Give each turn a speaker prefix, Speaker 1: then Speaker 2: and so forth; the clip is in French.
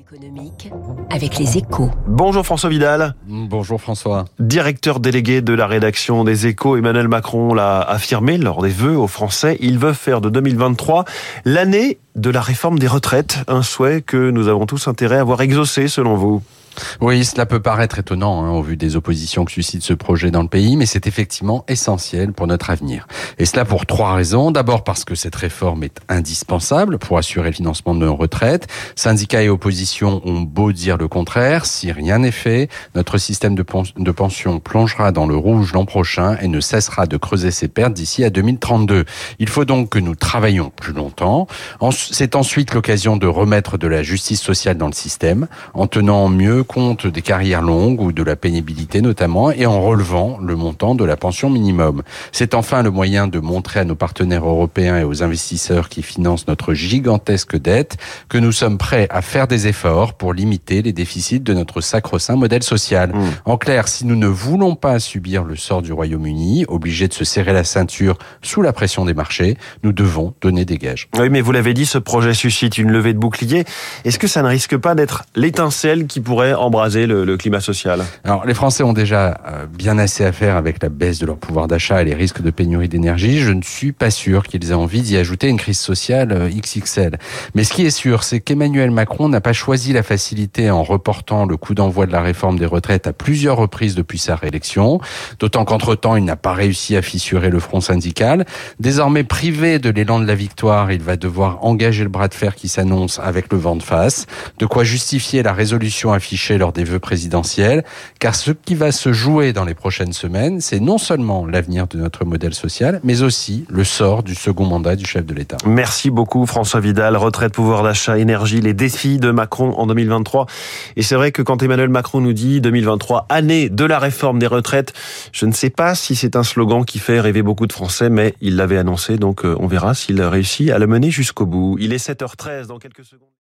Speaker 1: Économique avec les Échos.
Speaker 2: Bonjour François Vidal.
Speaker 3: Bonjour François.
Speaker 2: Directeur délégué de la rédaction des Échos, Emmanuel Macron l'a affirmé lors des vœux aux Français. Il veut faire de 2023 l'année de la réforme des retraites. Un souhait que nous avons tous intérêt à voir exaucé selon vous.
Speaker 3: Oui, cela peut paraître étonnant au vu des oppositions que suscite ce projet dans le pays, mais c'est effectivement essentiel pour notre avenir. Et cela pour 3 raisons. D'abord parce que cette réforme est indispensable pour assurer le financement de nos retraites. Syndicats et opposition ont beau dire le contraire, si rien n'est fait, notre système de pension plongera dans le rouge l'an prochain et ne cessera de creuser ses pertes d'ici à 2032. Il faut donc que nous travaillions plus longtemps. C'est ensuite l'occasion de remettre de la justice sociale dans le système, en tenant mieux compte des carrières longues ou de la pénibilité notamment, et en relevant le montant de la pension minimum. C'est enfin le moyen de montrer à nos partenaires européens et aux investisseurs qui financent notre gigantesque dette que nous sommes prêts à faire des efforts pour limiter les déficits de notre sacro-saint modèle social. En clair, si nous ne voulons pas subir le sort du Royaume-Uni, obligé de se serrer la ceinture sous la pression des marchés, nous devons donner des gages.
Speaker 2: Oui, mais vous l'avez dit, ce projet suscite une levée de bouclier. Est-ce que ça ne risque pas d'être l'étincelle qui pourrait embraser le climat social?
Speaker 3: Alors, les Français ont déjà bien assez à faire avec la baisse de leur pouvoir d'achat et les risques de pénurie d'énergie. Je ne suis pas sûr qu'ils aient envie d'y ajouter une crise sociale XXL. Mais ce qui est sûr, c'est qu'Emmanuel Macron n'a pas choisi la facilité en reportant le coup d'envoi de la réforme des retraites à plusieurs reprises depuis sa réélection. D'autant qu'entre-temps, il n'a pas réussi à fissurer le front syndical. Désormais privé de l'élan de la victoire, il va devoir engager le bras de fer qui s'annonce avec le vent de face. De quoi justifier la résolution affichée lors des vœux présidentiels, car ce qui va se jouer dans les prochaines semaines, c'est non seulement l'avenir de notre modèle social, mais aussi le sort du second mandat du chef de l'État.
Speaker 2: Merci beaucoup François Vidal. Retraite, pouvoir d'achat, énergie, les défis de Macron en 2023. Et c'est vrai que quand Emmanuel Macron nous dit 2023, année de la réforme des retraites, je ne sais pas si c'est un slogan qui fait rêver beaucoup de Français, mais il l'avait annoncé, donc on verra s'il réussit à le mener jusqu'au bout. Il est 7h13 dans quelques secondes.